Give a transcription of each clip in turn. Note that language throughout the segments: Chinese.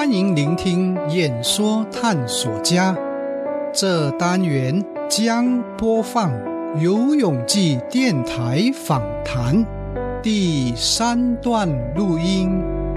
欢迎聆听演说探索家，这单元将播放游泳记电台访谈第3段录音。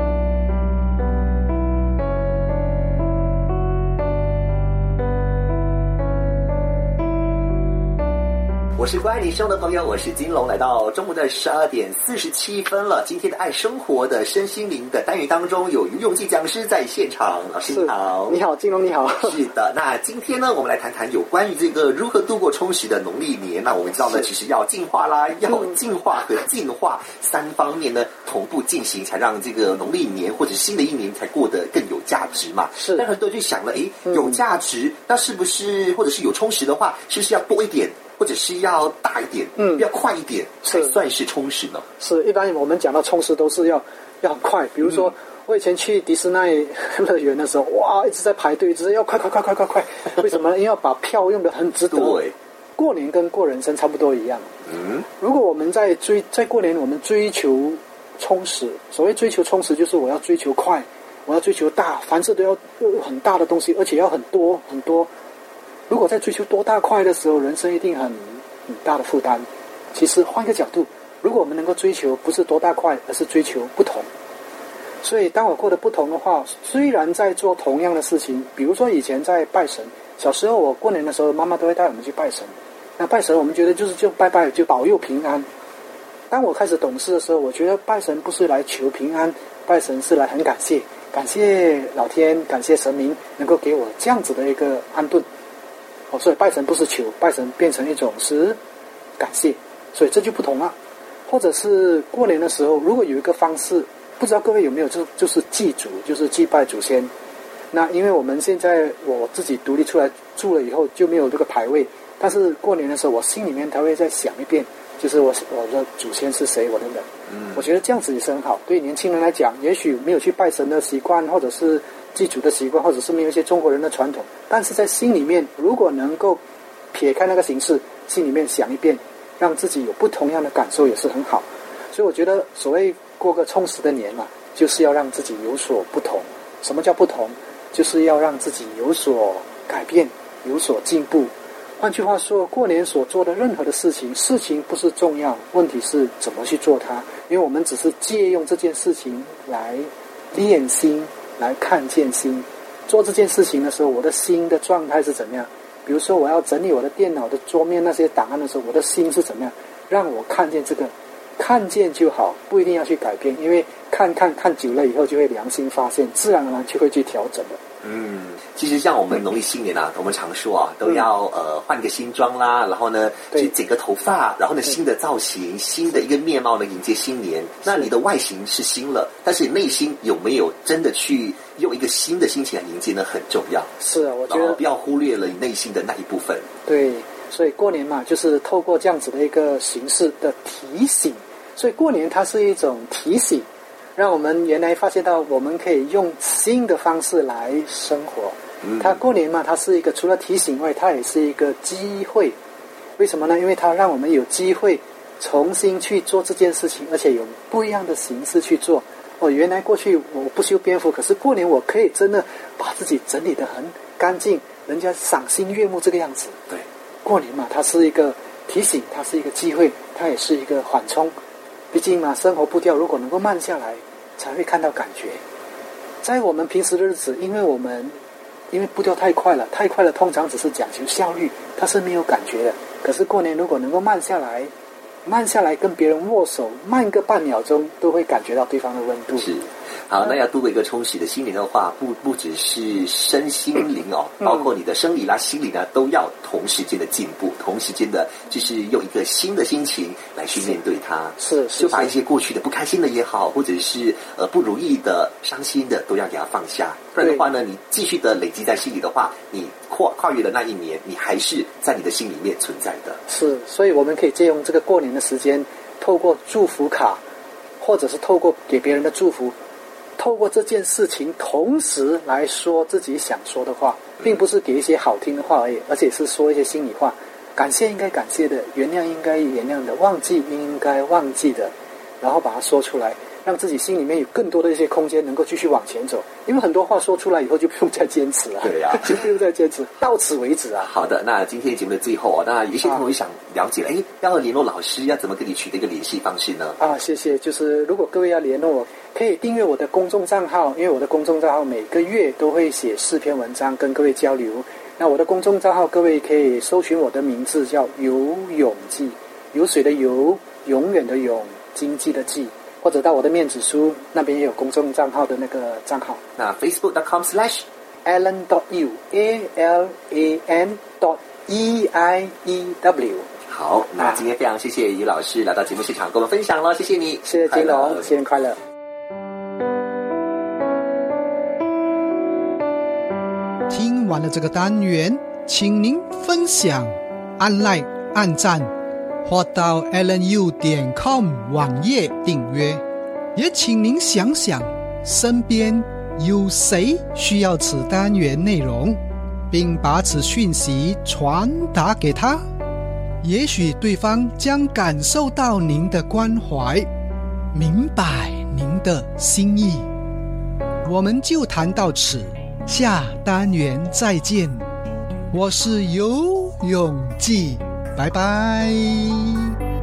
我是关爱你生的朋友，我是金龙，来到中午的12点47分了。今天的爱生活的身心灵的单元当中，有游泳记讲师在现场。老师你好。 你好，金龙你好。 是的，那今天呢，我们来谈谈有关于这个如何度过充实的农历年。那我们知道呢，其实要进化啦，要进化和进化3方面呢同步进行，才让这个农历年或者新的一年才过得更有价值嘛。 是。 但很多人就想了，有价值，那是不是或者是有充实的话，是不是要多一点？或者是要大一点，要快一点，才算是充实呢？ 是，一般我们讲到充实都是要很快。比如说，我以前去迪士尼乐园的时候，哇，一直在排队，一直要快。为什么呢？因为要把票用得很值得。对，过年跟过人生差不多一样。如果我们在过年，我们追求充实，所谓追求充实，就是我要追求快，我要追求大，凡事都要有很大的东西，而且要很多。如果在追求多大快的时候，人生一定很大的负担。其实换一个角度，如果我们能够追求不是多大快，而是追求不同。所以当我过得不同的话，虽然在做同样的事情，比如说以前在拜神，小时候我过年的时候，妈妈都会带我们去拜神。那拜神我们觉得就拜拜，就保佑平安。当我开始懂事的时候，我觉得拜神不是来求平安，拜神是来很感谢老天，感谢神明能够给我这样子的一个安顿。所以拜神不是求，拜神变成一种是感谢，所以这就不同了。或者是过年的时候，如果有一个方式，不知道各位有没有，就是祭祖，就是祭拜祖先。那因为我们现在我自己独立出来住了以后，就没有这个牌位，但是过年的时候，我心里面才会再想一遍，就是我的祖先是谁，我等等。我觉得这样子也是很好。对年轻人来讲，也许没有去拜神的习惯，或者是祭祖的习惯，或者是没有一些中国人的传统，但是在心里面，如果能够撇开那个形式，心里面想一遍，让自己有不同样的感受，也是很好。所以我觉得所谓过个充实的年嘛，就是要让自己有所不同。什么叫不同？就是要让自己有所改变，有所进步。换句话说，过年所做的任何的事情不是重要，问题是怎么去做它。因为我们只是借用这件事情来练心，来看见心。做这件事情的时候，我的心的状态是怎么样？比如说我要整理我的电脑的桌面那些档案的时候，我的心是怎么样？让我看见这个，看见就好，不一定要去改变，因为看久了以后就会良心发现，自然而然就会去调整了。 其实像我们农历新年啊，我们常说啊，都要换个新装啦，然后呢去剪个头发，然后呢新的造型，新的一个面貌呢迎接新年。那你的外形是新了，但是你内心有没有真的去用一个新的心情来迎接呢？很重要。是啊，我觉得不要忽略了你内心的那一部分。对，所以过年嘛，就是透过这样子的一个形式的提醒。所以过年它是一种提醒，让我们原来发现到我们可以用新的方式来生活。它过年嘛，它是一个除了提醒外，它也是一个机会。为什么呢？因为它让我们有机会重新去做这件事情，而且有不一样的形式去做。原来过去我不修边幅，可是过年我可以真的把自己整理得很干净，人家赏心悦目这个样子。对，过年嘛，它是一个提醒，它是一个机会，它也是一个缓冲。毕竟嘛，生活步调如果能够慢下来，才会看到感觉。在我们平时的日子，因为步调太快了，通常只是讲求效率，它是没有感觉的。可是过年如果能够慢下来跟别人握手，慢个半秒钟，都会感觉到对方的温度。是。好，那要度过一个充实的心灵的话，不只是身心灵包括你的生理啦、心理呢，都要同时间的进步，同时间的就是用一个新的心情来去面对它。是，就把一些过去的不开心的也好，或者是不如意的、伤心的，都要给它放下。不然的话呢，你继续的累积在心里的话，你跨越了那一年，你还是在你的心里面存在的。是，所以我们可以借用这个过年的时间，透过祝福卡，或者是透过给别人的祝福，透过这件事情同时来说自己想说的话，并不是给一些好听的话而已，而且是说一些心里话。感谢应该感谢的，原谅应该原谅的，忘记应该忘记的，然后把它说出来。 让自己心里面有更多的一些空间，能够继续往前走。因为很多话说出来以后就不用再坚持了， 对呀， 就不用再坚持，到此为止啊。 好的，那今天节目的最后那有些朋友想了解要联络老师，要怎么跟你取得一个联系方式呢？ 谢谢。就是如果各位要联络我，可以订阅我的公众账号，因为我的公众账号每个月都会写4篇文章跟各位交流。那我的公众账号各位可以搜寻我的名字叫游泳记，游水的游，永远的永，经济的济，或者到我的面子书那边也有公众账号的那个账号。 那 facebook.com/alan.yu ALAN.EIEW。 好，那今天非常谢谢于老师来到节目现场跟我们分享了，谢谢你。 谢谢金龙，新年快乐。 听完了这个单元，请您分享、按 like、按赞，或到 alanu.com 网页订阅。也请您想想，身边有谁需要此单元内容，并把此讯息传达给他。也许对方将感受到您的关怀，明白您的心意。我们就谈到此，下单元再见。我是游泳记，拜拜。